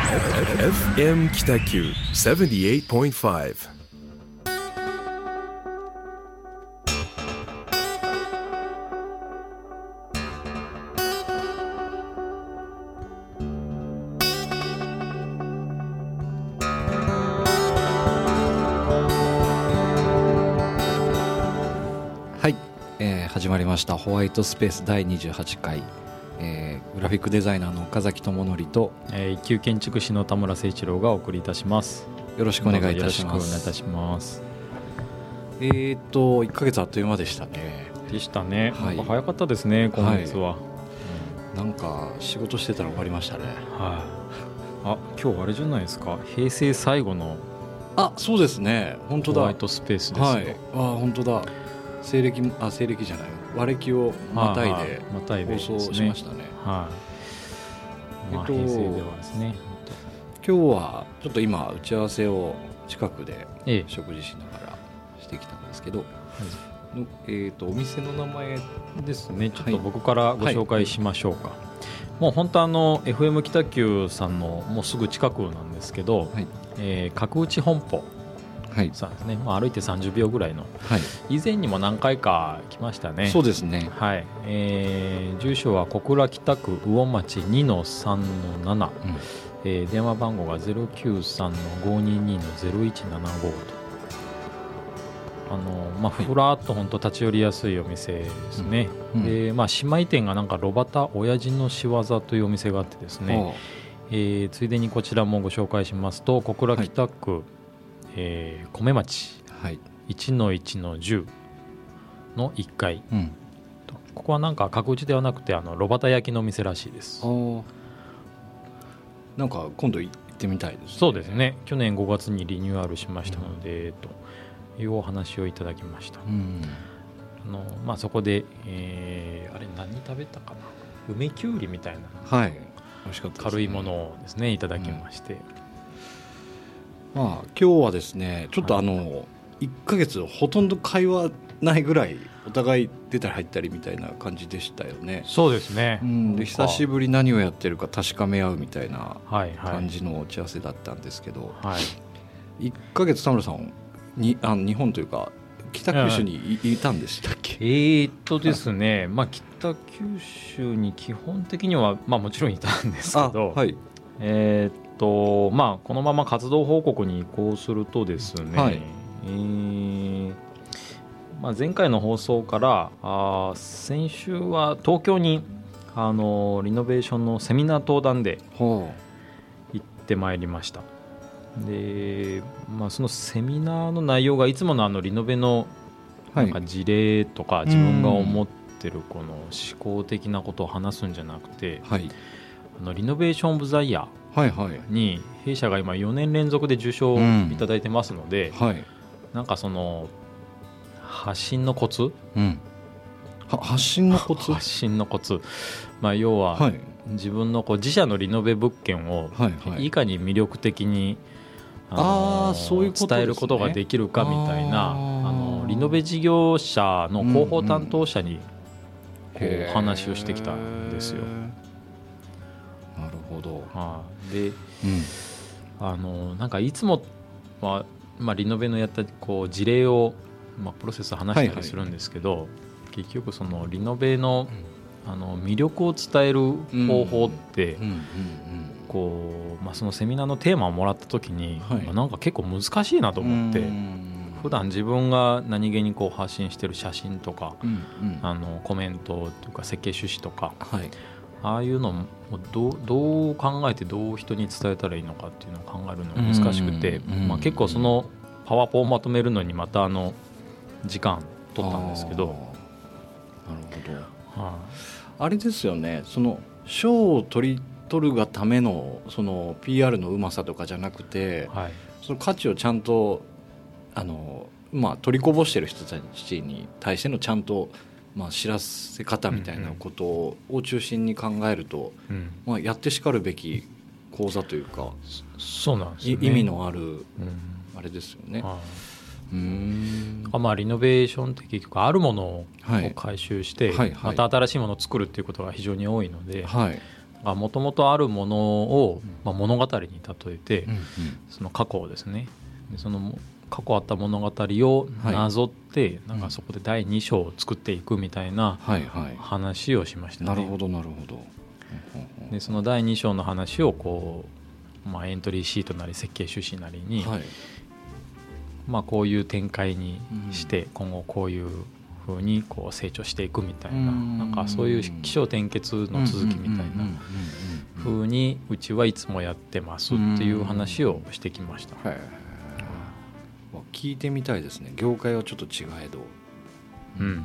FM 北九78.5。 始まりましたホワイトスペース第28回、グラフィックデザイナーの岡崎智則と、 一級建築士の田村誠一郎がお送りいたします。 よろしくお願いいたします。 よろしくお願いいたします。 1ヶ月あっという間でしたね。 でしたね、 はい、 なんか早かったですね今月は、 なんか仕事してたら終わりましたね。 あ、今日あれじゃないですか、平成最後のそうですね、本当だ、 ホワイトスペースですよ。 本当だ、西暦じゃない、和暦をまたいで放送しましたね。 平成ではですね、 今日はちょっと今打ち合わせを近くで食事しながらしてきたんですけど、お店の名前ですね、ちょっと僕からご紹介しましょうか。もう本当FM 北九さんのもうすぐ近くなんですけど、角打本舗さんですね、歩いて30秒ぐらいの、以前にも何回か来ましたね。 そうですね、 住所は小倉北区魚町 2-3-7、電話番号が 093-522-0175 と、ふらっと本当立ち寄りやすいお店ですね。で、姉妹店がなんか炉端親父の仕業というお店があってですね、ついでにこちらもご紹介しますと、小倉北区、米町、1-1-10の1階、ここはなんか角打ちではなくて炉端焼きのお店らしいです。 なんか今度行ってみたいですね。 そうですね、去年5月にリニューアルしましたので、というお話をいただきました。そこで、あれ何食べたかな、梅きゅうりみたいな、 美味しかったですね、 軽いものをですねいただきまして、 今日はですねちょっと1ヶ月ほとんど会話ないぐらいお互い出たり入ったりみたいな感じでしたよね。 そうですね、 で久しぶり何をやってるか確かめ合うみたいな感じの打ち合わせだったんですけど、1ヶ月田村さんに日本というか北九州にいたんでしたっけ？ ですね、北九州に基本的には、もちろんいたんですけど、このまま活動報告に移行するとですね、前回の放送から先週は東京にリノベーションのセミナー登壇で行ってまいりました。で、そのセミナーの内容がいつものリノベのなんか事例とか自分が思ってるこの思考的なことを話すんじゃなくて、リノベーション・オブ・ザ・イヤーに弊社が今4年連続で受賞をいただいてますので、なんかその発信のコツ、 発信のコツ、 要は自分の自社のリノベ物件をいかに魅力的に伝えることができるかみたいな、リノベ事業者の広報担当者にお話をしてきたんですよ。 なるほど。 で、なんかいつもは、リノベのやった事例を、プロセスを話したりするんですけど、結局そのリノベの、魅力を伝える方法って、そのセミナーのテーマをもらった時に、なんか結構難しいなと思って、普段自分が何気に発信してる写真とか、コメントというか設計趣旨とか、ああいうのをどう考えてどう人に伝えたらいいのかっていうのを考えるのが難しくて、結構そのパワポをまとめるのにまた時間取ったんですけど。 なるほど。あれですよね、その賞を取るがためのその PR のうまさとかじゃなくて、その価値をちゃんと取りこぼしてる人たちに対してのちゃんと知らせ方みたいなことを中心に考えると、やってしかるべき講座というか、 そうなんですよね、 意味のあるあれですよね。 リノベーションって結局あるものを回収して、また新しいものを作るっていうことが非常に多いので、 もともとあるものを、物語に例えて、その過去をですね、でその過去あった物語をなぞって、なんかそこで第2章を作っていくみたいな話をしましたね。 なるほどなるほど。 でその第2章の話をこう、エントリーシートなり設計趣旨なりに、こういう展開にして、今後こういう風にこう成長していくみたいな、なんかそういう起承転結の続きみたいな風にうちはいつもやってますっていう話をしてきました。 聞いてみたいですね。業界はちょっと違えど。なるほど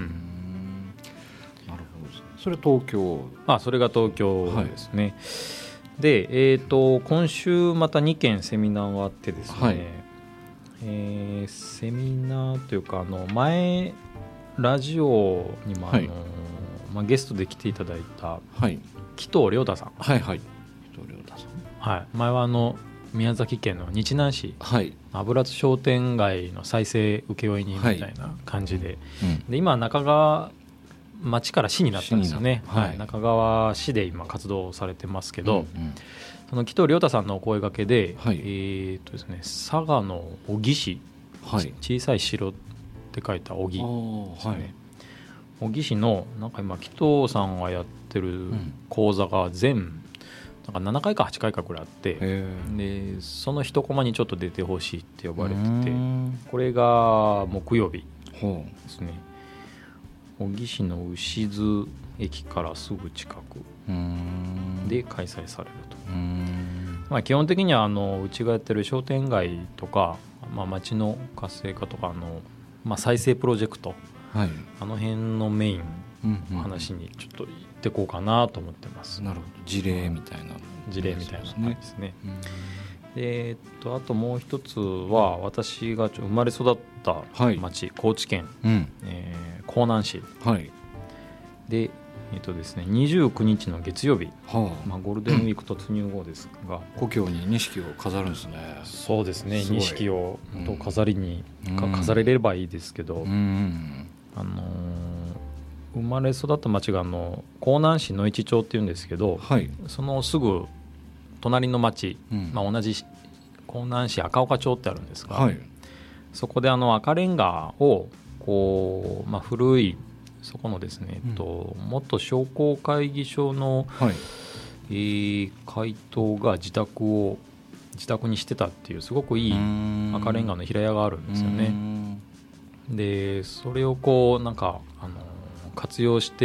ですね。それ東京。 それが東京ですね。で、今週また2件セミナーがあってですね、セミナーというか前ラジオにもゲストで来ていただいた紀藤亮太さん、紀藤亮太さん、前は宮崎県の日南市、油津商店街の再生請負人みたいな感じで、で今中川町から市になったんですよね。中川市で今活動されてますけど、その紀藤亮太さんのお声掛けで、ですね、佐賀の小城市、小さい城って書いた小城ですね。小城市のなんか今紀藤さんがやってる講座が全なんか7回か8回かくらいあって、でその一コマにちょっと出てほしいって呼ばれてて、これが木曜日ですね。小城市の牛津駅からすぐ近くで開催されると。基本的にはうちがやってる商店街とか、町の活性化とか再生プロジェクト、あの辺のメインの話にちょっと行ってこうかなと思ってます。 なるほど。事例みたいな感じですね。あともう一つは私が生まれ育った町、高知県、香南市で、ですね、29日の月曜日、ゴールデンウィーク突入後ですが、 故郷に錦を飾るんですね。 そうですね、錦を飾りに飾れればいいですけど、生まれ育った町が香南市野市町っていうんですけど、そのすぐ隣の町、同じ香南市赤岡町ってあるんですが、そこで赤レンガをこう、古いそこのですね、元商工会議所の、会頭が自宅にしてたっていうすごくいい赤レンガの平屋があるんですよね。でそれをこうなんか活用して、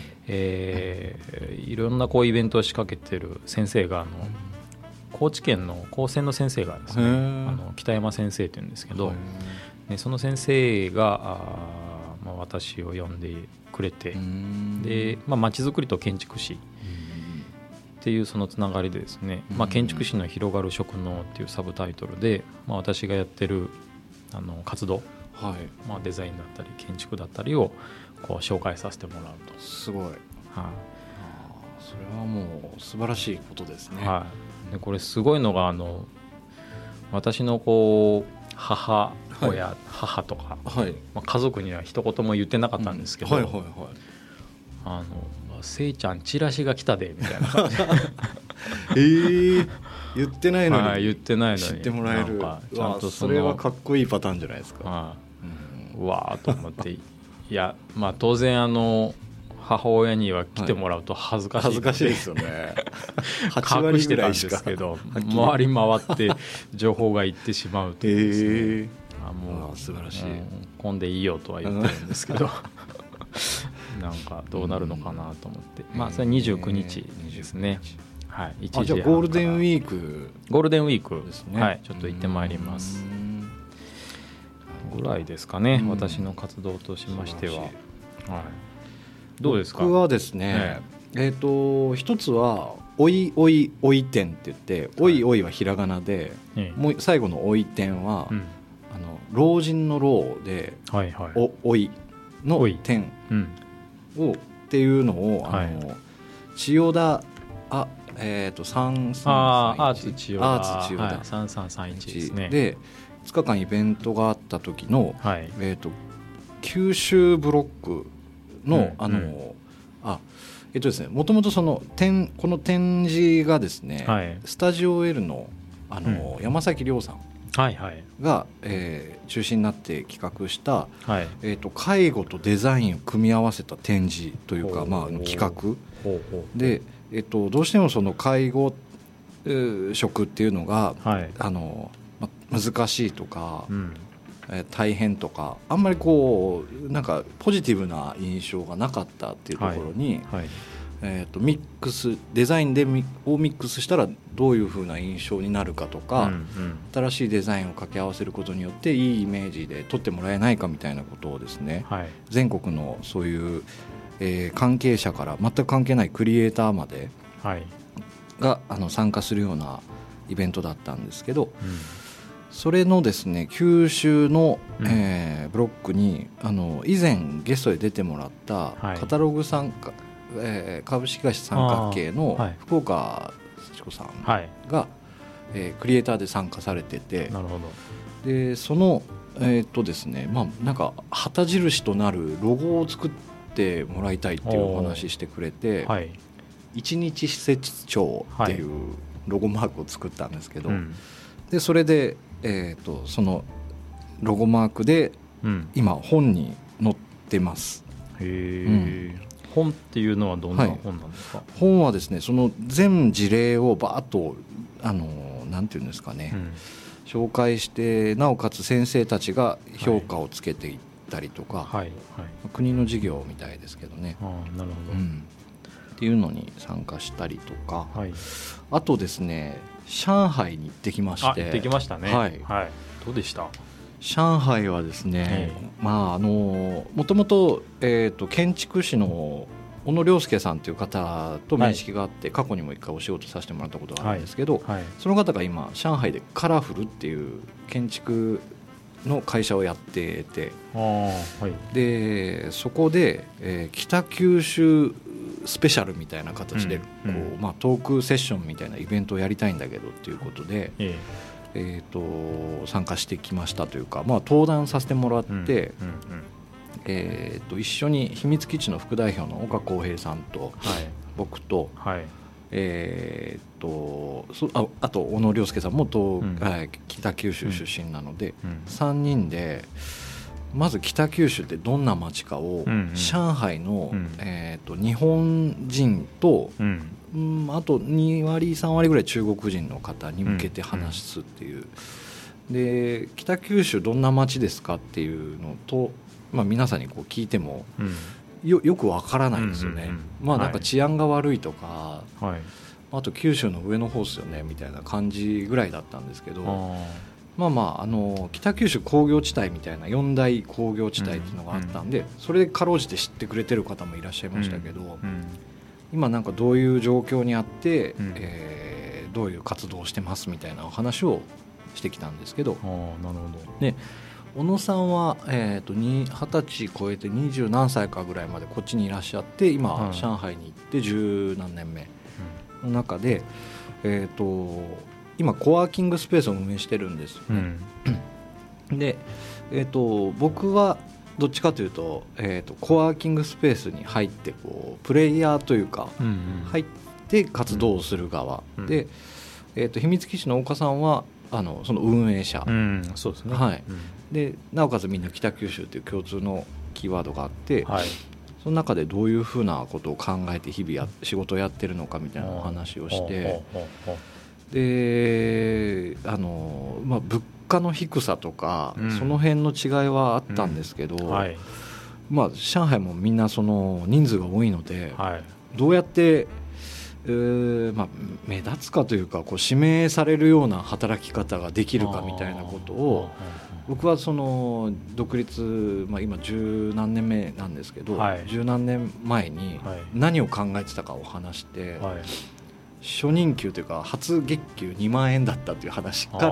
いろんなこうイベントを仕掛けてる先生が高知県の高専の先生がですね、北山先生っていうんですけど、その先生が私を呼んでくれて、でまちづくりと建築士っていうそのつながりでですね、建築士の広がる職能っていうサブタイトルで、私がやってる活動、デザインだったり建築だったりをこう紹介させてもらうと。 すごい、それはもう素晴らしいことですね。 でこれすごいのが私のこう母とか、家族には一言も言ってなかったんですけど、せいちゃんチラシが来たでみたいな感じ言ってないのに、 言ってないのに知ってもらえる。 ちゃんとそれはかっこいいパターンじゃないですか。 うわーと思っていや当然母親には来てもらうと恥ずかしいですよね。8 隠してたんで割ぐらいしかすけど回り回って情報がいってしまうというですね、 もう素晴らしい、 混んでいいよとは言ってるんですけどなんかどうなるのかなと思って、それは29日ですね。1時半から。じゃあゴールデンウィークですね。ちょっと行ってまいりますぐらいですかね、私の活動としましては。どうですか。 僕はですね、一つはおい店って言って、おいおいはひらがなで、もう最後のおい店は、老人の老で、おいの店をっていうのを千代田3331 アーツ千代田 3331 ですね。 で2日間イベントがあった時の、九州ブロックの、 ですね、もともとこの展示がですね、はい、スタジオ L の、山崎亮さんが、中心になって企画した、はい、介護とデザインを組み合わせた展示というか、企画で、どうしてもその介護職っていうのが、はい、難しいとか、大変とかあんまりなんかポジティブな印象がなかったっていうところに、はいはい、ミックスデザインをミックスしたらどういう風な印象になるかとか、新しいデザインを掛け合わせることによっていいイメージで撮ってもらえないかみたいなことをですね、はい、全国のそういう、関係者から全く関係ないクリエイターまでが参加するようなイベントだったんですけど、それのですね九州の、ブロックに以前ゲストで出てもらったカタログ株式会社三角形の福岡幸子さんが、クリエイターで参加されてて、なるほど。でそのですね、なんか旗印となるロゴを作ってもらいたいっていうお話してくれて、一日施設長っていうロゴマークを作ったんですけど、でそれでそのロゴマークで今本に載ってます。 本っていうのはどんな本なんですか？ 本はですね、その全事例をバーッとなんていうんですかね、紹介して、なおかつ先生たちが評価をつけていったりとか、国の事業みたいですけどね。なるほど、っていうのに参加したりとか、あとですね、上海に行ってきまして。 行ってきましたね。はい、どうでした？ 上海はですね、もともと建築士の小野良介さんという方と面識があって、過去にも一回お仕事させてもらったことがあるんですけど、その方が今上海でカラフルっていう建築の会社をやってて、でそこで、北九州スペシャルみたいな形でトークセッションみたいなイベントをやりたいんだけどっていうことで、参加してきましたというか、登壇させてもらって、一緒に秘密基地の副代表の岡浩平さんと、僕と、あと小野良介さんも北九州出身なので、3人でまず北九州ってどんな街かを、上海の、日本人と、あと2割3割ぐらい中国人の方に向けて話すっていう、で北九州どんな街ですかっていうのと、皆さんに聞いても、よくわからないですよね。なんか治安が悪いとか、あと九州の上の方ですよねみたいな感じぐらいだったんですけど、北九州工業地帯みたいな4大工業地帯っていうのがあったんで、それでかろうじて知ってくれてる方もいらっしゃいましたけど、今なんかどういう状況にあって、どういう活動をしてますみたいなお話をしてきたんですけど、なるほど。で小野さんは、20歳超えて20何歳かぐらいまでこっちにいらっしゃって、今、上海に行って10何年目の中で、今コワーキングスペースを運営してるんですよね。で、僕はどっちかというと、コワーキングスペースに入ってプレイヤーというか、入って活動をする側、で、秘密基地の岡さんはその運営者、 そうですね。 でなおかつみんな北九州という共通のキーワードがあって、その中でどういうふうなことを考えて日々仕事をやってるのかみたいなお話をして、で物価の低さとか、その辺の違いはあったんですけど、上海もみんなその人数が多いので、どうやって目立つかというか指名されるような働き方ができるかみたいなことを、僕はその独立、今十何年目なんですけど、十何年前に何を考えてたかを話して、初任給というか初月給2万円だったという話から、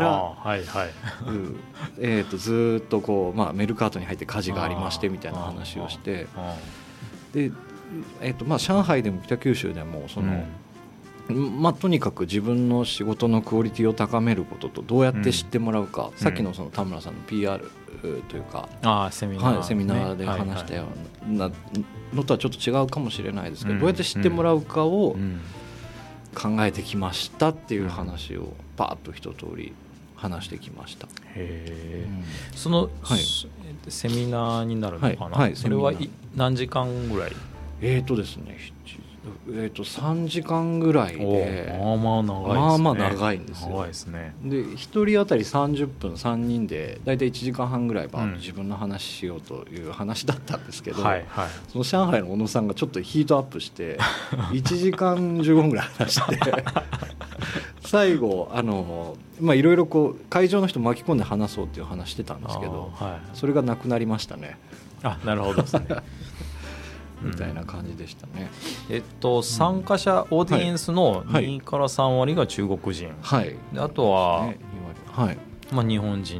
ずっとメルカートに入って火事がありましてみたいな話をして、で、上海でも北九州でもその、 とにかく自分の仕事のクオリティを高めることとどうやって知ってもらうか、さっきのその田村さんの PR というか、 セミナーで話したようなのとはちょっと違うかもしれないですけど、どうやって知ってもらうかを考えてきましたっていう話をパーッと一通り話してきました。 その、セミナーになるのかな、それは何時間ぐらい？ ですね、3時間ぐらいで、 まあまあ長いですね。 まあまあ長いんですよ。 長いですね。 で1人当たり30分3人でだいたい1時間半ぐらい自分の話しようという話だったんですけど、その上海の小野さんがちょっとヒートアップして1時間15分ぐらい話して最後いろいろこう会場の人巻き込んで話そうっていう話してたんですけど、それがなくなりましたね。 なるほどですねみたいな感じでしたね。 参加者オーディエンスの2から3割が中国人、であとは、日本人、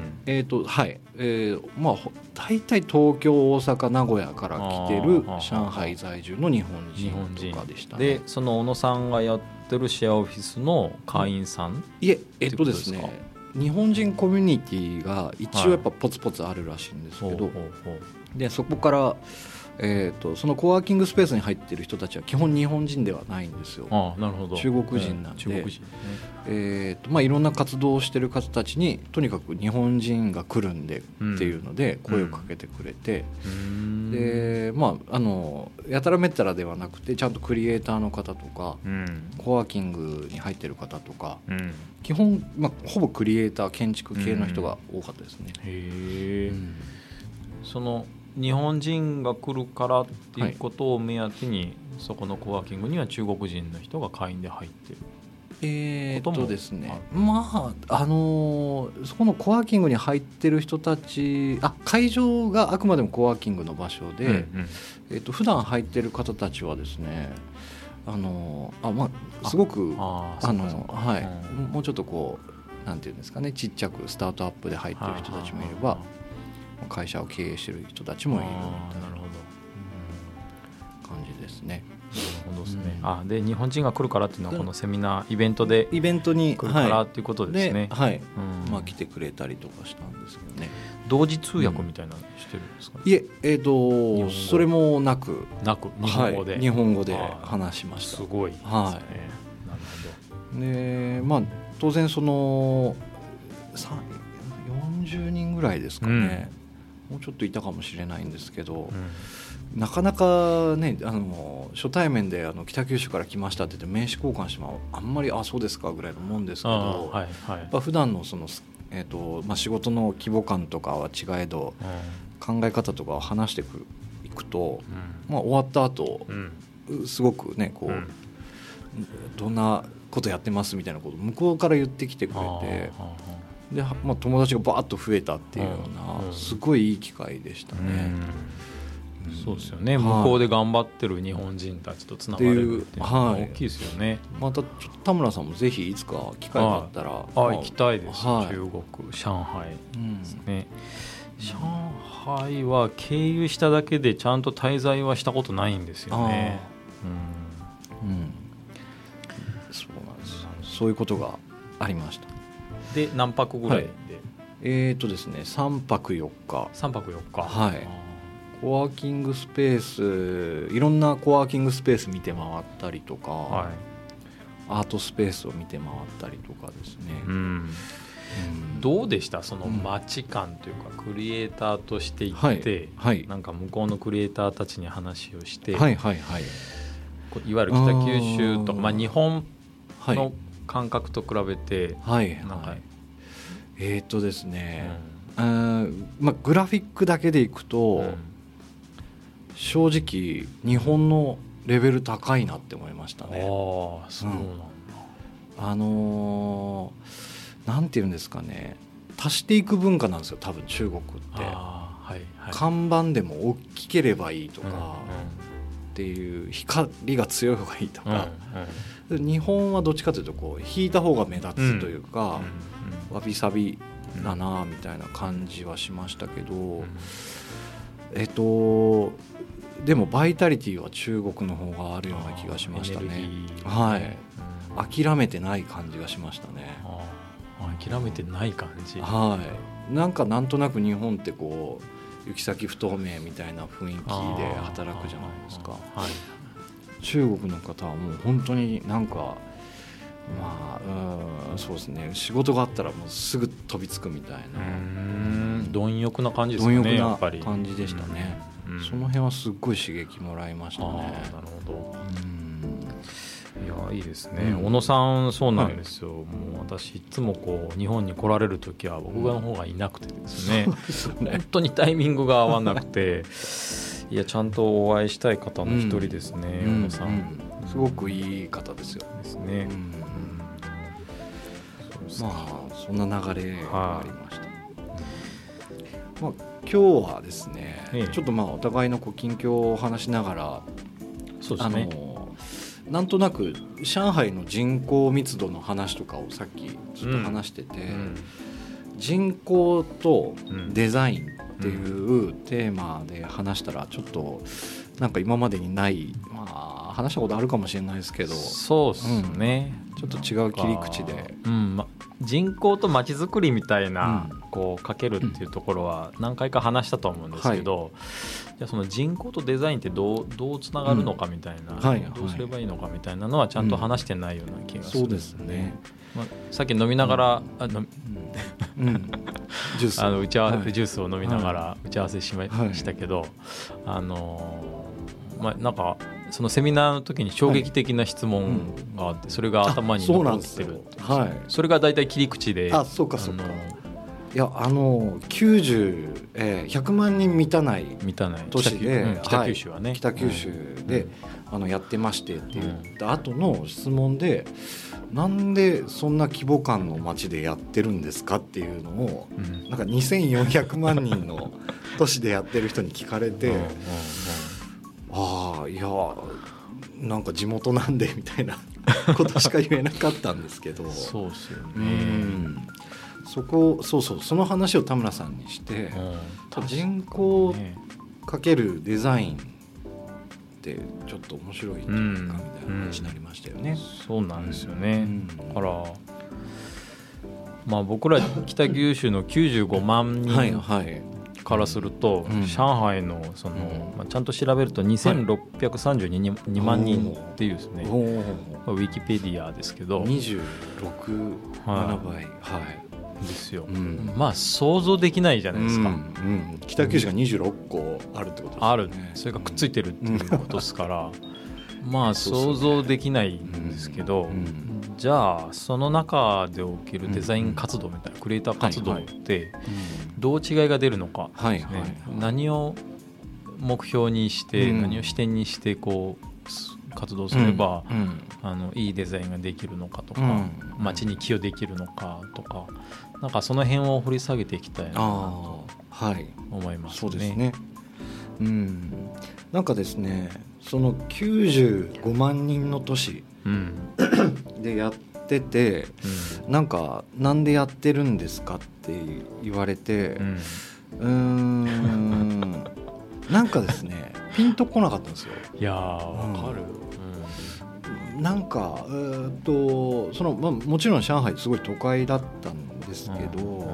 大体東京大阪名古屋から来てる上海在住の日本人とかでしたね。 でその小野さんがやってるシェアオフィスの会員さん、 ですね、日本人コミュニティが一応やっぱポツポツあるらしいんですけど、でそこからそのコワーキングスペースに入っている人たちは基本日本人ではないんですよ。 なるほど。 中国人なんで、いろんな活動をしている方たちにとにかく日本人が来るんでっていうので声をかけてくれて、でやたらめったらではなくてちゃんとクリエイターの方とか、コワーキングに入っている方とか、基本、ほぼクリエイター建築系の人が多かったですね。 その日本人が来るからっていうことを目当てに、そこのコワーキングには中国人の人が会員で入ってる。 ですね、そこのコワーキングに入ってる人たち、会場があくまでもコワーキングの場所で、普段入ってる方たちはですね、すごくもうちょっとこうなんていうんですかね、ちっちゃくスタートアップで入ってる人たちもいれば、会社を経営している人たちもいるみたいな感じですね。 なるほどですね。で日本人が来るからっていうのはこのセミナーイベントに来るからっていうことですね。 来てくれたりとかしたんですけどね。 同時通訳みたいなのしてるんですかね。 いえ、それもなく日本語で話しました。 すごいですね。なるほど。で当然その40人ぐらいですかね、もうちょっといたかもしれないんですけど、なかなかね初対面で北九州から来ましたって言って名刺交換してもあんまりそうですかぐらいのもんですけど、普段のその、仕事の規模感とかは違えど、考え方とかを話していくと、終わった後、すごくねこう、どんなことやってますみたいなことを向こうから言ってきてくれて、で友達がバーッと増えたっていうような、すごいいい機会でしたね。 そうですよね。向こうで頑張ってる日本人たちとつながれるっていうのは大きいですよね。 また田村さんもぜひいつか機会があったら行きたいです。中国上海ですね。上海は経由しただけでちゃんと滞在はしたことないんですよね。 そうなんです。そういうことがありました。 で何泊ぐらいで？ですね、3泊4日。 3泊4日。 コワーキングスペース、いろんなコワーキングスペース見て回ったりとか、アートスペースを見て回ったりとかですね。 どうでしたその街感というか、クリエイターとして行って、なんか向こうのクリエイターたちに話をして、いわゆる北九州とか、日本の感覚と比べて、 ですね、グラフィックだけでいくと、正直日本のレベル高いなって思いましたね。 そうなんだ。 なんていうんですかね、足していく文化なんですよ多分中国って。看板でも大きければいいとかっていう、光が強い方がいいとか、日本はどっちかというとこう引いた方が目立つというか、わびさびだなみたいな感じはしましたけど、でもバイタリティは中国の方があるような気がしましたね。 諦めてない感じがしましたね。 諦めてない感じ。 はい、なんとなく日本ってこう行き先不透明みたいな雰囲気で働くじゃないですか。はい、中国の方はもう本当になんかそうですね、仕事があったらもうすぐ飛びつくみたいな貪欲な感じですかね。 貪欲な感じでしたね。その辺はすっごい刺激もらいましたね。 なるほど。いやいいですね、小野さんそうなんですよ、はい、もう私いつもこう日本に来られる時は僕の方がいなくてですね、本当にタイミングが合わなくていやちゃんとお会いしたい方の一人ですね、小野さん、 すごくいい方ですよ。 ですね、 そんな流れがありました。今日はですね、ちょっとお互いの近況を話しながら、 そうですね、 なんとなく上海の人口密度の話とかをさっきずっと話してて、人口とデザインっていうテーマで話したらちょっとなんか今までにない、話したことあるかもしれないですけど、 そうですね、 ちょっと違う切り口で、 人口と街づくりみたいな、こうかけるっていうところは何回か話したと思うんですけど、じゃあその人口とデザインってどうつながるのかみたいな、どうすればいいのかみたいなのはちゃんと話してないような気がする、 そうですね。 さっき飲みながら、 ジュースジュースを飲みながら打ち合わせしましたけど、なんかそのセミナーの時に衝撃的な質問があって、それが頭に残ってる、それがだいたい切り口で、 そうかそうか、いや100万人満たない都市で、 北九州はね、 北九州でやってましてって言った後の質問で、なんでそんな規模感の街でやってるんですかっていうのを、なんか2400万人の都市でやってる人に聞かれて、いやなんか地元なんでみたいなことしか言えなかったんですけどそうですよね、 その話を田村さんにして、人口かけるデザインってちょっと面白いんじゃないかみたいな話になりましたよね。 そうなんですよね、だから僕ら北九州の95万人からすると、上海のその、ちゃんと調べると2632万人っていうですね、ウィキペディアですけど 26、7倍ですよ、想像できないじゃないですか、 北九州が26個あるってことですね。 ある、それがくっついてるっていうことですから想像できないんですけど、じゃあその中で起きるデザイン活動みたいな、クリエイター活動ってどう違いが出るのか、何を目標にして、何を視点にしてこう活動すれば、いいデザインができるのかとか、街に寄与できるのかとか、なんかその辺を掘り下げていきたいなと思いますね。 そうですね。なんかですね、その95万人の都市でやってて、なんでやってるんですかって言われて、なんかですねピンとこなかったんですよ。 いやわかる、 なんかもちろん上海すごい都会だったんですけど、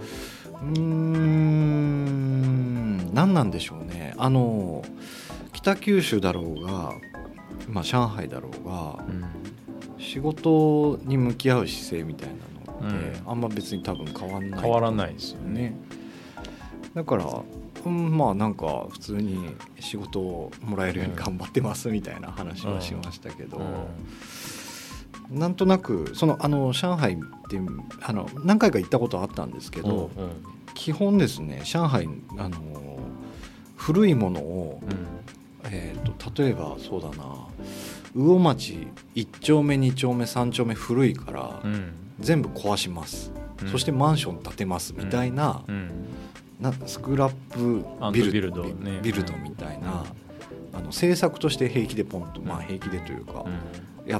何なんでしょうね、北九州だろうが、上海だろうが、仕事に向き合う姿勢みたいなのって、あんま別に多分変わらないですよね。だからなんか普通に仕事をもらえるように頑張ってますみたいな話はしましたけど、なんとなく上海って何回か行ったことあったんですけど、基本ですね上海古いものを、例えばそうだな、魚町1丁目2丁目3丁目古いから、全部壊します、そしてマンション建てますみたいな、スクラップビルドみたいな、制作として平気でポンと、平気でというか、やって、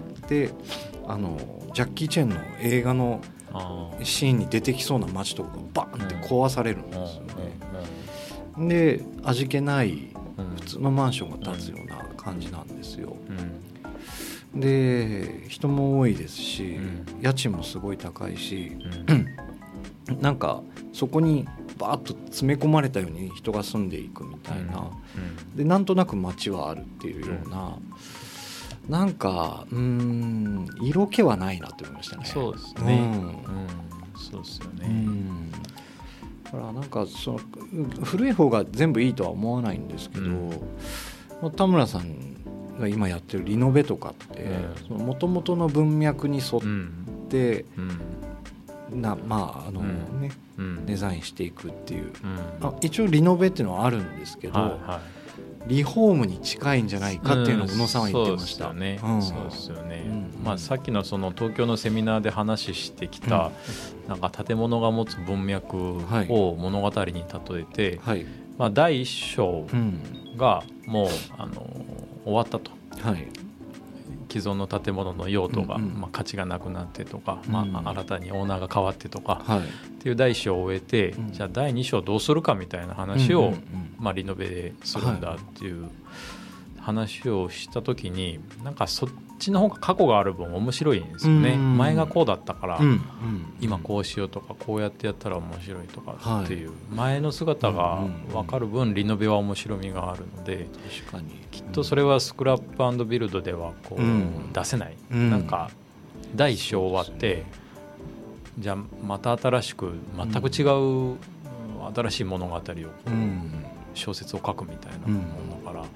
ジャッキー・チェンの映画のシーンに出てきそうな街とかがバーンって壊されるんですよね。で味気ない普通のマンションが建つような感じなんですよ。 で人も多いですし、家賃もすごい高いし、なんかそこにバーッと詰め込まれたように人が住んでいくみたいな、でなんとなく街はあるっていうような、なんか色気はないなって思いましたね。 そうですね、そうですよね。 だからなんかその古い方が全部いいとは思わないんですけど、田村さんが今やってるリノベとかってもともとの文脈に沿って、デザインしていくっていう、一応リノベっていうのはあるんですけど、リフォームに近いんじゃないかっていうのを宇野さんは言ってました。 そうですよね。さっきのその東京のセミナーで話してきた、なんか建物が持つ文脈を物語に例えて、第一章がもう終わったと、既存の建物の用途が、価値がなくなってとか、新たにオーナーが変わってとか、っていう第一章を終えて、じゃあ第二章どうするかみたいな話を、リノベするんだっていう話をした時に、なんかそっちの方が過去がある分面白いんですよね。前がこうだったから、今こうしようとかこうやってやったら面白いとかっていう前の姿が分かる分、リノベは面白みがあるので、 確かにきっとそれはスクラップ&ビルドではこう出せない、なんか第一章終わってじゃあまた新しく全く違う新しい物語を小説を書くみたいなものだから、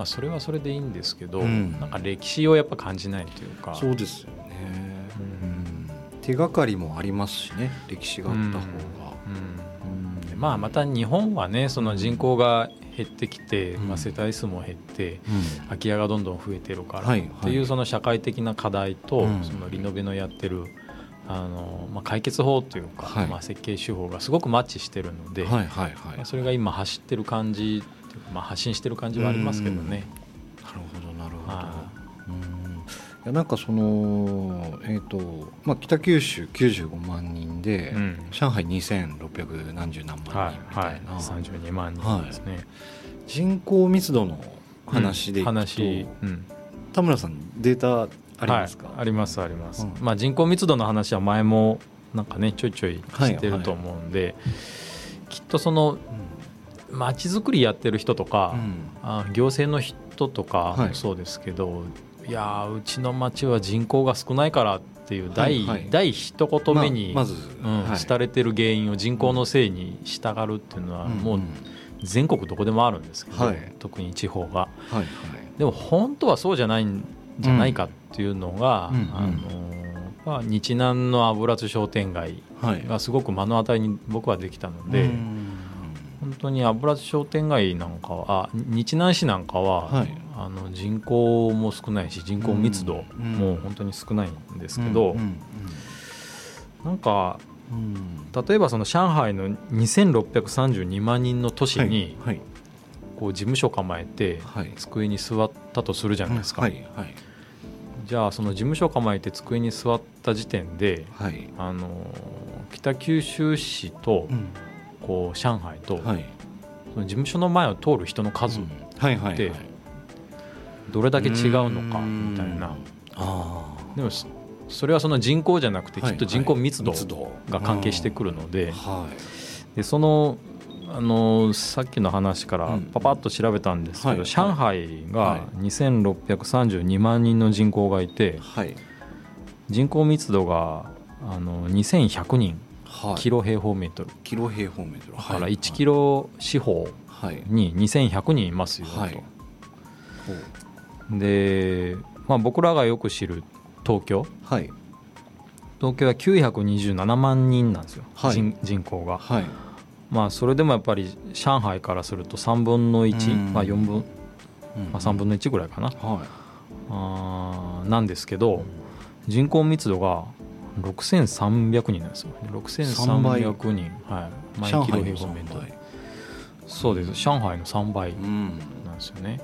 それはそれでいいんですけど、なんか歴史をやっぱ感じないというか。 そうですよね、手がかりもありますしね、歴史があった方が、 また日本はね、その人口が減ってきて、世帯数も減って、空き家がどんどん増えてるからっていうその社会的な課題と、そのリノベのやってる解決法というか、設計手法がすごくマッチしてるので、それが今走ってる感じ、発信してる感じはありますけどね。 なるほどなるほど。いやなんかその北九州95万人で、上海2600何十何万人みたいな、 32万人ですね。 人口密度の話でいくと、田村さんデータありますか？ ありますあります。人口密度の話は前もなんかねちょいちょいしてると思うんで、きっとその街づくりやってる人とか、行政の人とかもそうですけど、いやうちの町は人口が少ないからっていう第一言目に廃れてる原因を人口のせいにしたがるっていうのはもう全国どこでもあるんですけど、特に地方が、でも本当はそうじゃないんじゃないかっていうのが、日南の油津商店街がすごく目の当たりに僕はできたので、本当に油津商店街なんかは日南市なんかは、人口も少ないし人口密度も本当に少ないんですけど、なんか例えばその上海の2632万人の都市にこう事務所構えて机に座ったとするじゃないですか。じゃあその事務所構えて机に座った時点で、北九州市とこう上海と、その事務所の前を通る人の数ってどれだけ違うのかみたいな。でもそれはその人口じゃなくてきっと人口密度が関係してくるので、でそのさっきの話からパパッと調べたんですけど、上海が2632万人の人口がいて、人口密度が2100人キロ平方メートル、だから1キロ四方に2100人いますよと。で、僕らがよく知る東京は927万人なんですよ、人口が。それでもやっぱり上海からすると3分の1、4分、3分の1ぐらいかな、なんですけど、人口密度が6300人なんですよ。6300人、毎キロ平方メートル。そうです、上海の3倍なんですよね。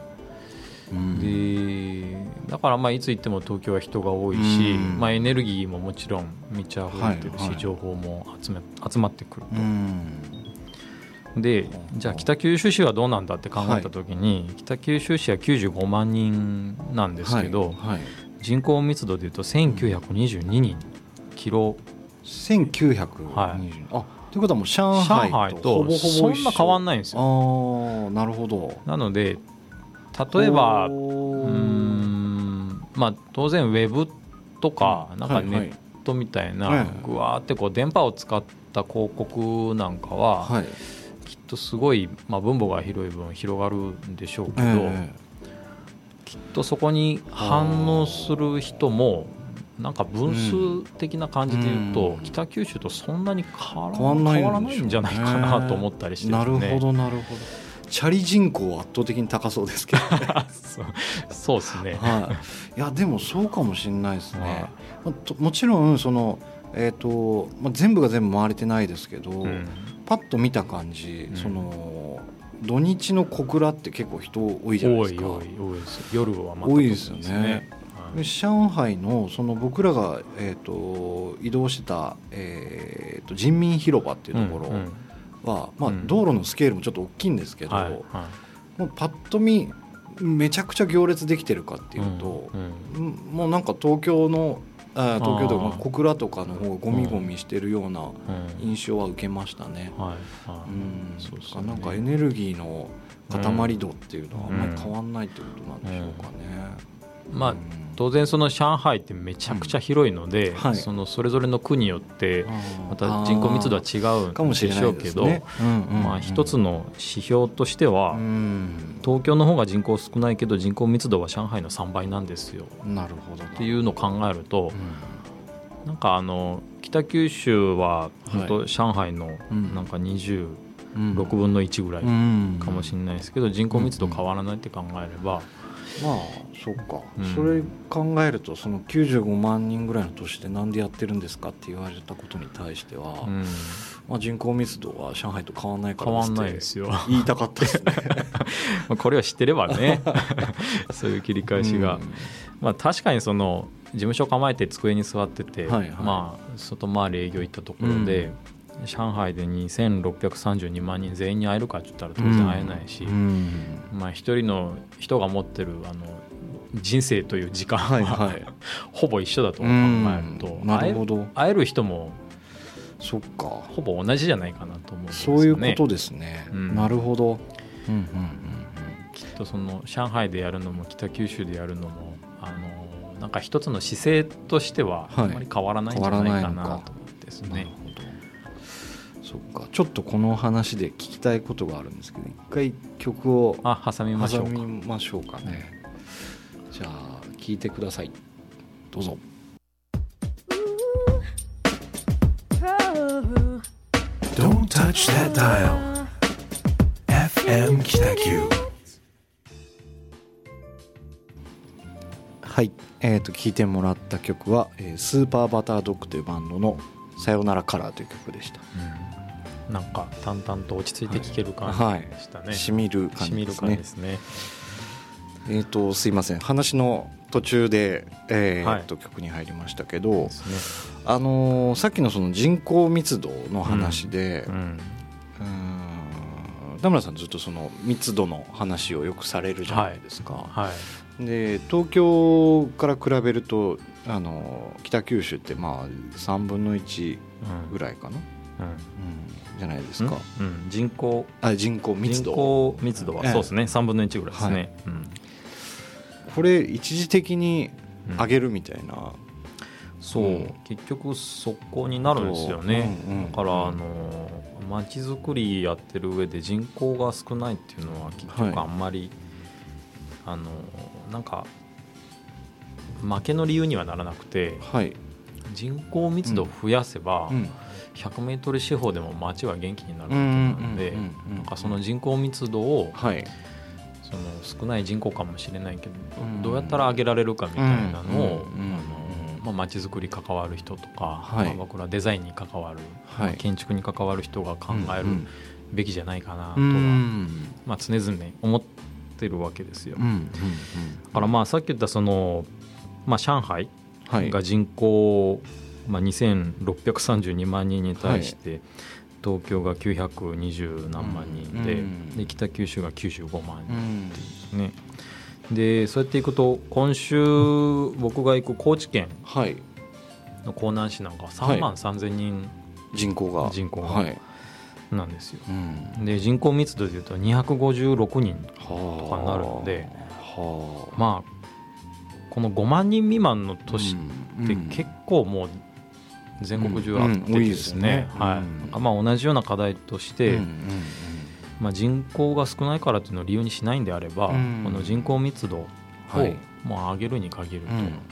でだからいつ行っても東京は人が多いし、エネルギーももちろん満ち溢れてるし、情報も集まってくると。でじゃあ北九州市はどうなんだって考えた時に、北九州市は95万人なんですけど、 人口密度でいうと1922人キロ 1920、 はい、 ということはもう上海とほぼほぼ一緒。 そんな変わんないんですよ。 なるほど。 なので例えばまあ、当然ウェブとかなんかネットみたいなぐわーってこう電波を使った広告なんかはきっとすごい、まあ、分母が広い分広がるんでしょうけど、きっとそこに反応する人もなんか分数的な感じで言うと北九州とそんなに変わらないんじゃないかなと思ったりしてですね。 なるほどなるほど。チャリ人口は圧倒的に高そうですけど、ね、 そうですね、 はい、いやでもそうかもしれないですね、もちろんその、全部が全部回れてないですけど、パッと見た感じ、その土日の小倉って結構人多いじゃないですか。 多いです夜はまた多いですよね。上海のその僕らが、移動してた、人民広場っていうところは、まあ、道路のスケールもちょっと大きいんですけど、もうパッと見めちゃくちゃ行列できてるかっていうと、もうなんか東京とか小倉とかの方がゴミゴミしてるような印象は受けましたね。なんかエネルギーの塊度っていうのはあんまり変わんないってことなんでしょうかね。まあ、 当然その上海ってめちゃくちゃ広いので、それぞれの区によってまた人口密度は違うんでしょうけど、一つの指標としては東京の方が人口少ないけど人口密度は上海の3倍なんですよ。 なるほどっていうのを考えると、なんか北九州は本当上海のなんか26分の1ぐらいかもしれないですけど、人口密度変わらないって考えれば、 まあそうか、それ考えるとその95万人ぐらいの都市でなんでやってるんですかって言われたことに対しては、まあ、人口密度は上海と変わらないからですって言いたかったですねこれを知ってればねそういう切り返しが、まあ、確かにその事務所構えて机に座ってて、まあ、外回り営業行ったところで、上海で2632万人全員に会えるかって言ったら当然会えないし、まあ、一人の人が持ってる人生という時間は、ほぼ一緒だと考えると、 なるほど、 会える人もそっかほぼ同じじゃないかなと思うんですよね。 そういうことですね、なるほど、 きっとその上海でやるのも北九州でやるのもなんか一つの姿勢としてはあまり変わらないんじゃないかなと思ってですね。 そっか、ちょっとこの話で聞きたいことがあるんですけど、一回曲を挟みましょうかね。じゃあ聞いてください、どうぞ。 Don't touch that dial. FM 北九。 はい、聞いてもらった曲は、スーパーバタードッグというバンドのさよならカラーという曲でした。 なんか淡々と落ち着いて聴ける感じでしたね。 しみる感じですね。すいません、話の途中で、曲に入りましたけど、さっきのその人口密度の話で、田村さんずっとその密度の話をよくされるじゃないですか。で東京から比べると北九州ってまあ3分の1ぐらいかな、じゃないですか、 人口密度はそうですね、3分の1ぐらいですね、 これ一時的に上げるみたいな、 そう結局そこになるんですよね。だから街づくりやってる上で人口が少ないっていうのは結局あんまり、なんか負けの理由にはならなくて、人口密度を増やせば、100メートル四方でも街は元気になることなので、なんかその人口密度を、その少ない人口かもしれないけど、どうやったら上げられるかみたいなのを街づくり関わる人とか、僕らデザインに関わる、建築に関わる人が考えるべきじゃないかなとは、常々思ってるわけですよ。だからさっき言ったその、上海が人口、2632万人に対して、東京が920何万人で、北九州が95万人っていうですね。 でそうやっていくと今週僕が行く高知県の江南市なんか3万3000人人口がなんですよ、で人口密度でいうと256人とかになるので、まあこの5万人未満の都市って結構もう全国中あってですね、まあ同じような課題として、まあ、人口が少ないからというのを理由にしないんであれば、この人口密度をもう上げるに限る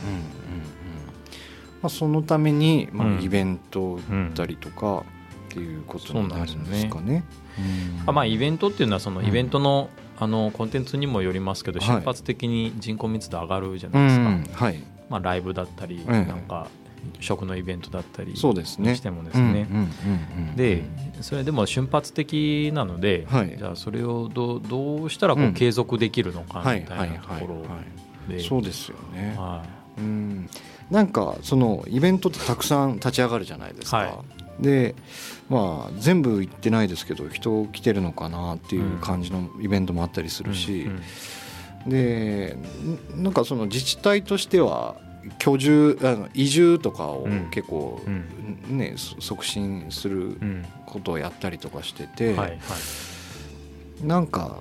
と、 そのためにイベントを打ったりとかっていうことになるんですかね。 まあイベントっていうのはそのイベントのコンテンツにもよりますけど、瞬発的に人口密度上がるじゃないですか、まあ、ライブだったり、なんか食のイベントだったりしてもですね、でそれでも瞬発的なので、じゃあそれをどうしたらこう継続できるのかみたいなところで、 そうですよね、なんかそのイベントってたくさん立ち上がるじゃないですか、でまあ全部行ってないですけど人来てるのかなっていう感じのイベントもあったりするし、でなんかその自治体としては移住とかを結構ね、促進することをやったりとかしてて、なんか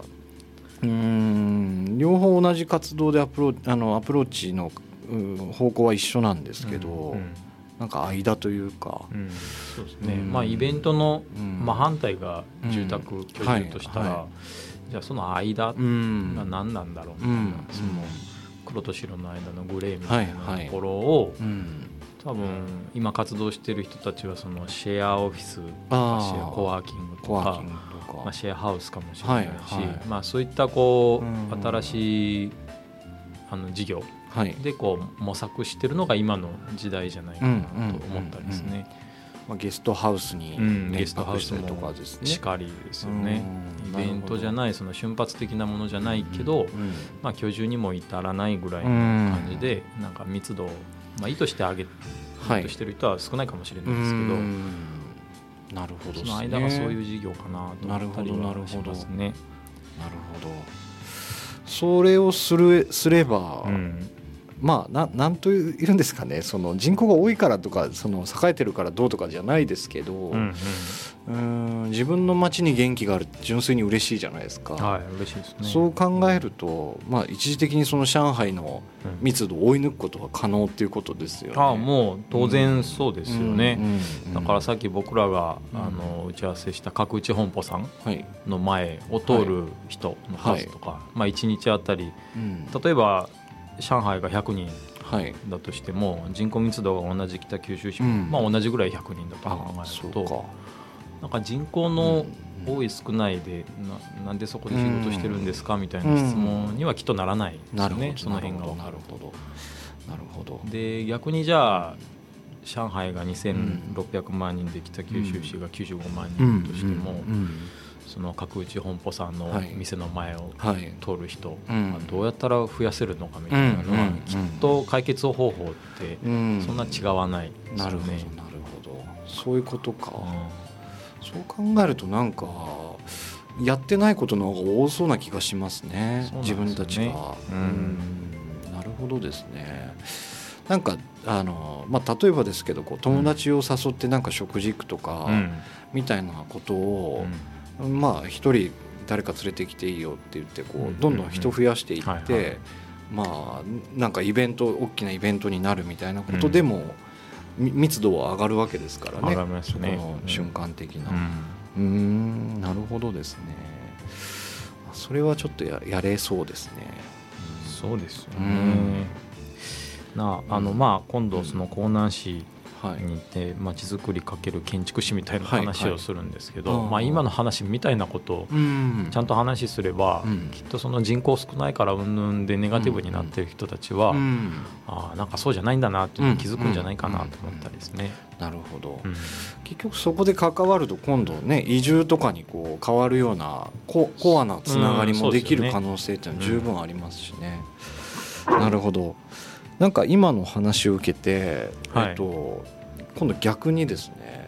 両方同じ活動でアプローチの方向は一緒なんですけど、なんか間というか、 そうですね、まあイベントの反対が住宅居住としたら、じゃあその間が何なんだろうみたいな、その黒と白の間のグレーみたいなところを、多分今活動している人たちはそのシェアオフィス、シェアコワーキングとか、まあ、シェアハウスかもしれないし、まあ、そういったこう新しい事業でこう模索しているのが今の時代じゃないかなと思ったりですね。 ゲストハウスに連泊したりとかですね、 しかりですよね。イベントじゃない、その瞬発的なものじゃないけど、まあ居住にも至らないぐらいの感じで、なんか密度を意図して上げようとしてる人は少ないかもしれないですけど、 なるほど、 その間がそういう事業かなと思ったりはしますね。 なるほど。それをすれば、まあなんというんですかね、その人口が多いからとかその栄えてるからどうとかじゃないですけど、自分の街に元気があるって純粋に嬉しいじゃないですか。 嬉しいですね。 そう考えると、まあ、一時的にその上海の密度を追い抜くことが可能っていうことですよね。 もう当然そうですよね。だからさっき僕らが打ち合わせした角内本舗さんの前を通る人の数とか、まあ1日あたり、例えば上海が100人だとしても、人口密度が同じ北九州市も、まあ、同じぐらい100人だと考えると、なんか人口の多い少ないでなんでそこで仕事してるんですかみたいな質問にはきっとならないですよね。その辺が分かると。 なるほど。 で逆にじゃあ上海が2600万人で北九州市が95万人としても、その角内本舗さんの店の前を通る人、どうやったら増やせるのかみたいなのは、きっと解決方法ってそんな違わないですよね。 なるほど。そういうことか。そう考えるとなんかやってないことの方が多そうな気がしますね。自分たちが。なるほどですね。なんかまあ、例えばですけど友達を誘ってなんか食事行くとかみたいなことを、まあ一人誰か連れてきていいよって言ってどんどん人増やしていって、まあなんか大きなイベントになるみたいなことでも、密度は上がるわけですからね。 上がりますね。 その瞬間的な。なるほどですね。それはちょっとやれそうですね。 そうですよね。まあ今度その江南市に行ってまちづくりかける建築士みたいな話をするんですけど、まあ今の話みたいなことをちゃんと話すれば、きっとその人口少ないからうんぬんでネガティブになっている人たちは、なんかそうじゃないんだなっていうのに気づくんじゃないかなと思ったりですね。 なるほど。結局そこで関わると今度ね、移住とかに変わるようなコアなつながりもできる可能性っていうのは十分ありますしね。なるほど。なんか今の話を受けて、今度逆にですね、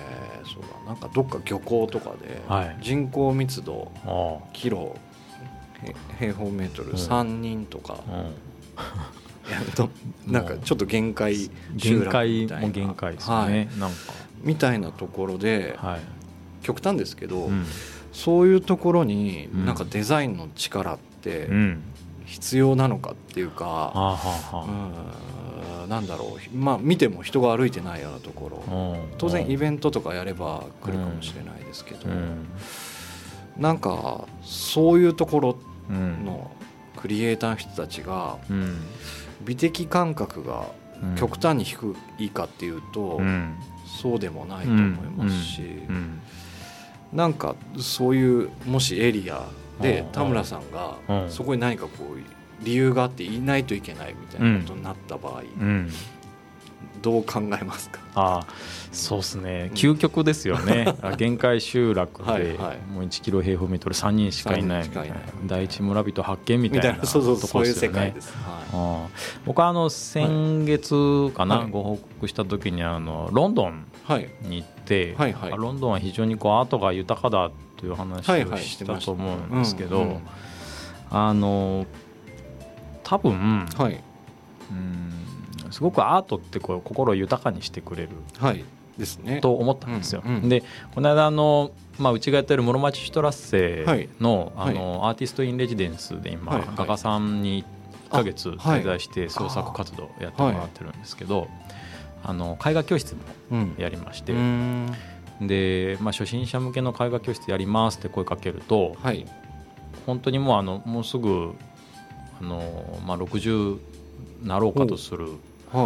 そうだ、なんかどっか漁港とかで人口密度キロ平方メートル3人とかやるとなんかちょっと限界集落みたいな、 もう限界ですよね、なんかみたいなところで、極端ですけど、そういうところになんかデザインの力って必要なのかっていうか、なんだろう、まあ見ても人が歩いてないようなところ、当然イベントとかやれば来るかもしれないですけど、なんかそういうところのクリエイターの人たちが美的感覚が極端に低いかっていうと、そうでもないと思いますし、なんかそういうもしエリアで田村さんがそこに何かこう理由があっていないといけないみたいなことになった場合、どう考えますか？ そうですね、究極ですよね。限界集落でもう1キロ平方メートル3人しかいないみたいな、第一村人発見みたいなところですよね。僕は先月かな、ご報告した時にロンドンに行って、ロンドンは非常にこうアートが豊かだという話をしたと思うんですけど、多分、すごくアートってこう心を豊かにしてくれる、 ですね、 と思ったんですよ。でこの間うちがやってる室町シュトラッセの、アーティストインレジデンスで今、画家さんに1ヶ月滞在して創作活動やってもらってるんですけど、絵画教室もやりまして、で、初心者向けの絵画教室やりますって声かけると、本当にもうもうすぐ60なろうかとする、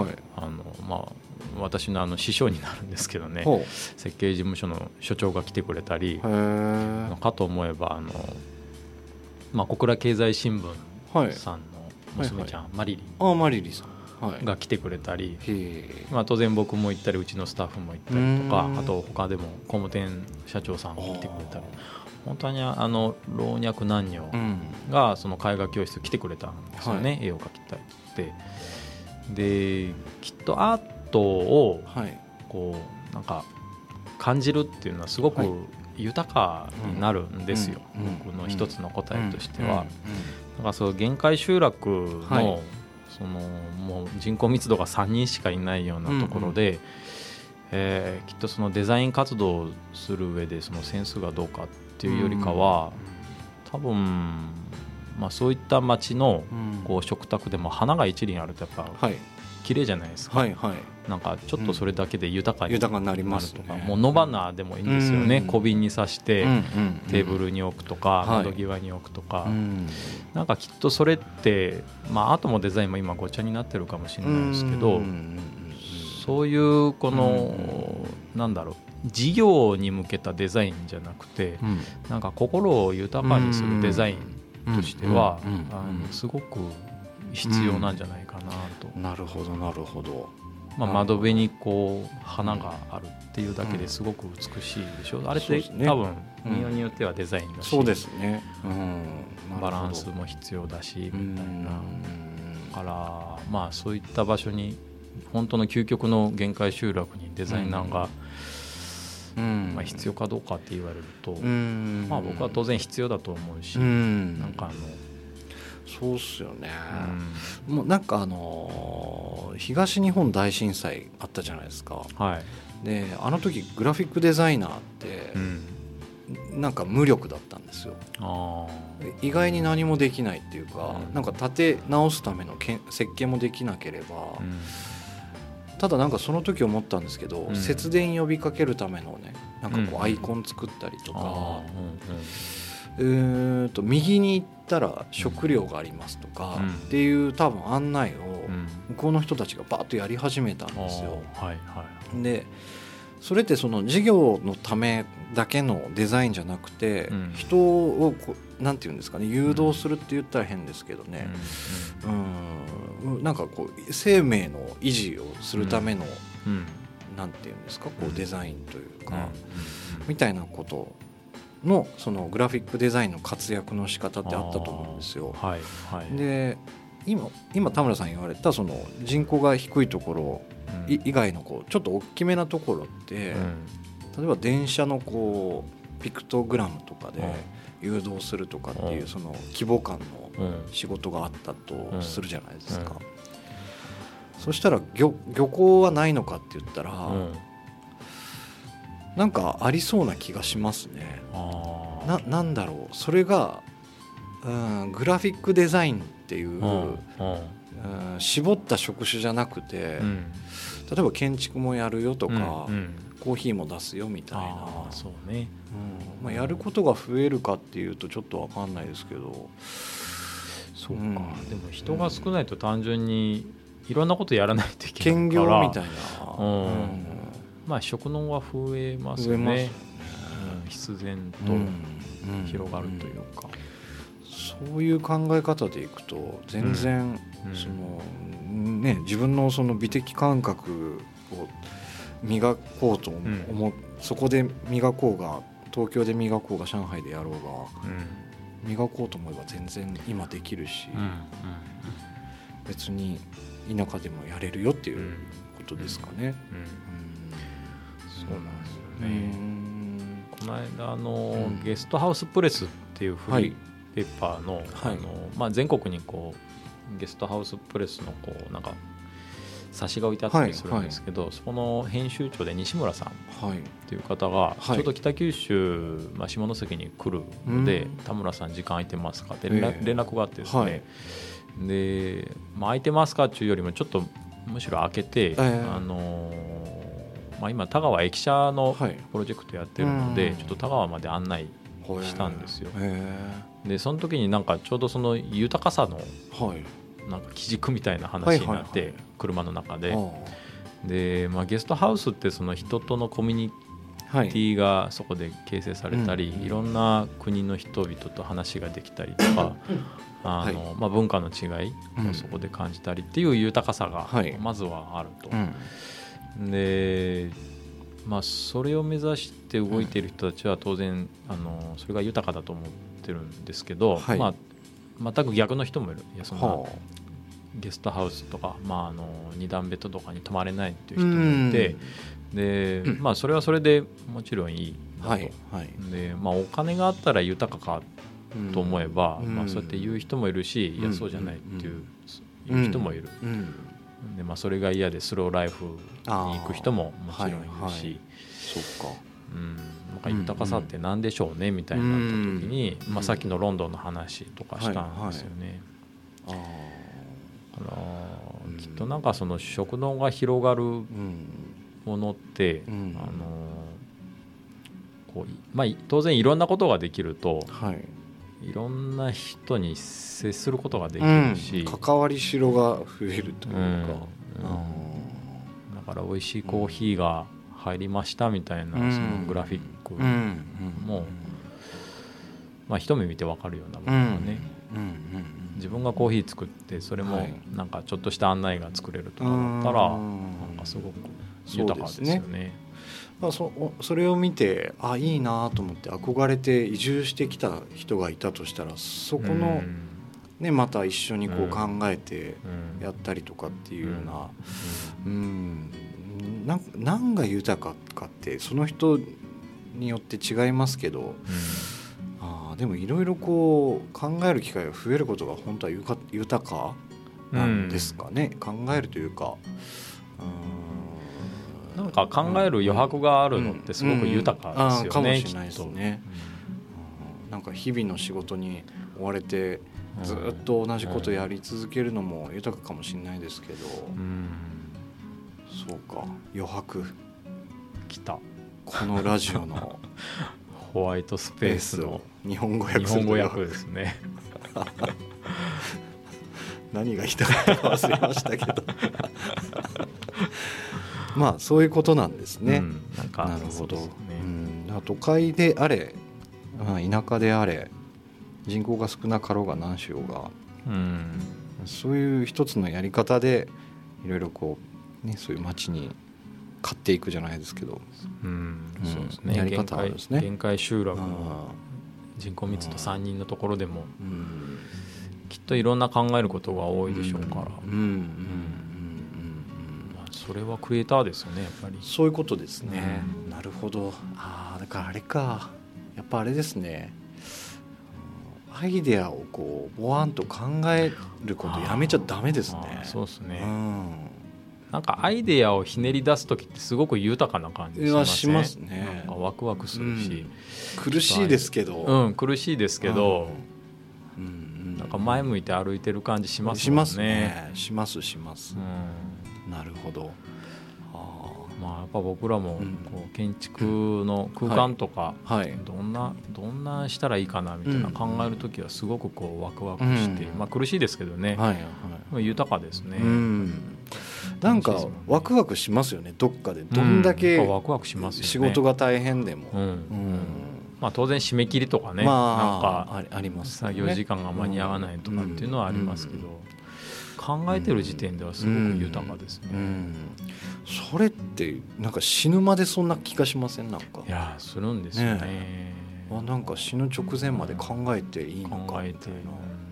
私の師匠になるんですけどね、設計事務所の所長が来てくれたりかと思えば小倉経済新聞さんの娘ちゃん、マリリンさんが来てくれたり、当然僕も行ったりうちのスタッフも行ったりとか、あと他でも工務店社長さんも来てくれたり、本当に老若男女がその絵画教室来てくれたんですよね、絵を描きたいってで、きっとアートをこうなんか感じるっていうのはすごく豊かになるんですよ、僕の一つの答えとしては。なんかそう限界集落のそのもう人口密度が3人しかいないようなところで、きっとそのデザイン活動をする上でそのセンスがどうかっていうよりかは、多分そういった街のこう食卓でも花が一輪あるとやっぱ綺麗じゃないですか。なんかちょっとそれだけで豊かになりますとか、もう野花でもいいんですよね。小瓶に刺してテーブルに置くとか窓際に置くとか、なんかきっとそれってアートもデザインも今ごちゃになってるかもしれないですけど、そういうこのなんだろう、事業に向けたデザインじゃなくて、なんか心を豊かにするデザインとしてはすごく必要なんじゃないかなと。 なるほどなるほど。 窓辺にこう花があるっていうだけですごく美しいでしょ。あれって多分見ようによってはデザインだし、 そうですね、 バランスも必要だしみたいな。だからそういった場所に本当の究極の限界集落にデザイナーが必要かどうかって言われると、僕は当然必要だと思うし、なんかそうっすよね、もうなんか東日本大震災あったじゃないですか、であの時グラフィックデザイナーって、なんか無力だったんですよ。意外に何もできないっていうか、なんか建て直すための設計もできなければ、ただなんかその時思ったんですけど、節電呼びかけるためのね、なんかこうアイコン作ったりとか、右に行ったら食料がありますとかっていう多分案内を向こうの人たちがバーッとやり始めたんですよ。でそれってその事業のためだけのデザインじゃなくて、人をなんていうんですかね、誘導するって言ったら変ですけどね、なんかこう生命の維持をするための、なんていうんですか、こうデザインというか、みたいなことのそのグラフィックデザインの活躍の仕方ってあったと思うんですよ。で今田村さん言われたその人口が低いところ以外のこうちょっと大きめなところって、例えば電車のこうピクトグラムとかで誘導するとかっていうその規模感の仕事があったとするじゃないですか。そしたら漁港はないのかって言ったら、なんかありそうな気がしますね。なんだろう、それが、グラフィックデザインっていう、絞った職種じゃなくて、例えば建築もやるよとか、コーヒーも出すよみたいな、 そうね、 やることが増えるかっていうとちょっと分かんないですけど、 そうか、でも人が少ないと単純にいろんなことやらないといけないから、 兼業みたいな、 職能は増えますよね。必然と広がるというか、 そういう考え方でいくと全然、そのね、自分のその美的感覚を磨こうと思う、そこで磨こうが東京で磨こうが上海でやろうが、磨こうと思えば全然今できるし、別に田舎でもやれるよっていうことですかね。 そうなんですよね。この間ゲストハウスプレスっていうフリーペーパーの、全国にこうゲストハウスプレスのこうなんか冊子が置いてあったりするんですけど、そこの編集長で西村さんっていう方がちょうど北九州、下関に来るので、田村さん時間空いてますかって連絡があってですね、で、空いてますかっていうよりもちょっとむしろ開けて、今田川駅舎のプロジェクトやってるので、ちょっと田川まで案内したんですよ。でその時になんかちょうどその豊かさのなんか基軸みたいな話になって、車の中で、ゲストハウスってその人とのコミュニティがそこで形成されたり、いろんな国の人々と話ができたりとか、文化の違いをそこで感じたりっていう豊かさがまずはあると。でそれを目指して動いている人たちは当然それが豊かだと思ってるんですけど、全く逆の人もいる。いや、そんなゲストハウスとか、2段ベッドとかに泊まれないっていう人もいて、で、それはそれでもちろんいいなと、で、お金があったら豊かかと思えば、そうやって言う人もいるし、いやそうじゃないっていう言う人もいる。でそれが嫌でスローライフに行く人ももちろんいるし、なんか豊かさって何でしょうねみたいになった時に、さっきのロンドンの話とかしたんですよね。きっとなんかその食能が広がるものって、当然いろんなことができると、いろんな人に接することができるし、 関わりしろが増えるというか、 だから美味しいコーヒーが入りましたみたいな、そのグラフィックも、一目見て分かるようなものがね、自分がコーヒー作ってそれもなんかちょっとした案内が作れるとかだったら、なんかすごく豊かですよね。 それを見ていいなと思って憧れて移住してきた人がいたとしたら、そこの、また一緒にこう考えてやったりとかっていうような、何が豊かかってその人によって違いますけど、でもいろいろこう考える機会が増えることが本当は豊かなんですかね。考えるというか、 なんか考える余白があるのってすごく豊かですよね。 かもしれないですね。なんか日々の仕事に追われてずっと同じことやり続けるのも豊かかもしれないですけど、そうか、余白来た。 このラジオのホワイトスペースの日本語訳ですね。 何が言いたかったか忘れましたけどそういうことなんですね。なるほど。都会であれ、田舎であれ、人口が少なかろうが何しようが、そういう一つのやり方でいろいろこう、そういう街に買っていくじゃないですけど、 そうですね、 やり方あるんですね。 限界集落の人口密度3人のところでも、きっといろんな考えることが多いでしょうから、それはクリエイターですよね、やっぱり。 そういうことですね。なるほど。だからあれか、 やっぱあれですね、アイデアをこうボワンと考えることやめちゃダメですね。 そうですね、 うん、 なんかアイデアをひねり出す時ってすごく豊かな感じしますね。 しますね。 なんかワクワクするし、 苦しいですけど、 苦しいですけど、なんか前向いて歩いてる感じしますもんね。 しますね。しますします、なるほど。 まあ、やっぱ僕らもこう建築の空間とかどんなしたらいいかなみたいな考えるときはすごくこうワクワクして、まあ苦しいですけどね、豊かですね。 なんかワクワクしますよね。どっかでどんだけ仕事が大変でも、まあ当然締め切りとかね、なんかあります作業時間が間に合わないとかっていうのはありますけど、考えてる時点ではすごく豊かですね。 それってなんか死ぬまでそんな気がしません？なんかいやするんですよね。 なんか死ぬ直前まで考えていいのかみたいな。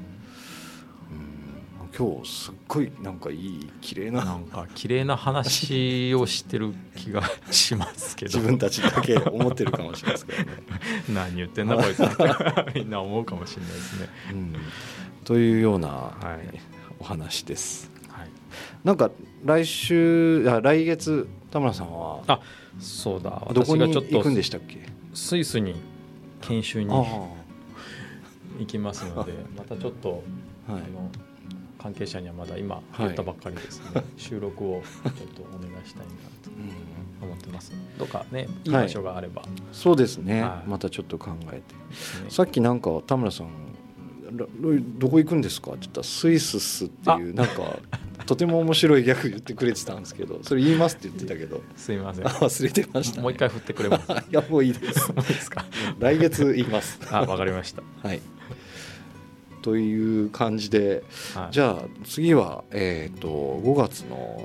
今日すっごいなんかいい綺麗な話をしてる気がしますけど自分たちだけ思ってるかもしれないですけどね何言ってんだこいつみんな思うかもしれないですね、 というような、お話です、なんか来月田村さんはそうだどこに行くんでしたっけ？ スイスに研修に行きますのでまたちょっと、関係者にはまだ今言ったばっかりですね、収録をちょっとお願いしたいなと思ってます。どうかねいい場所があれば、 そうですね、またちょっと考えて、さっきなんか田村さんどこ行くんですかって言ったらスイスっすっていうなんかとても面白いギャグ言ってくれてたんですけど、それ言いますって言ってたけどすいません忘れてました、 もう一回振ってくれます？ いやもういいですいいですか？ 来月言いますわかりました。 という感じで、じゃあ次は、5月の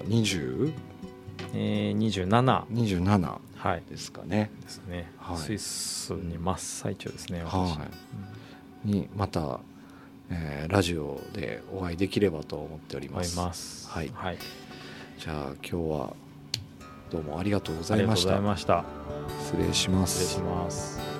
27ですかね。 ですね。スイスに真っ最中ですね。 にまた、ラジオでお会いできればと思っております。じゃあ今日はどうもありがとうございました。 失礼します。 失礼します。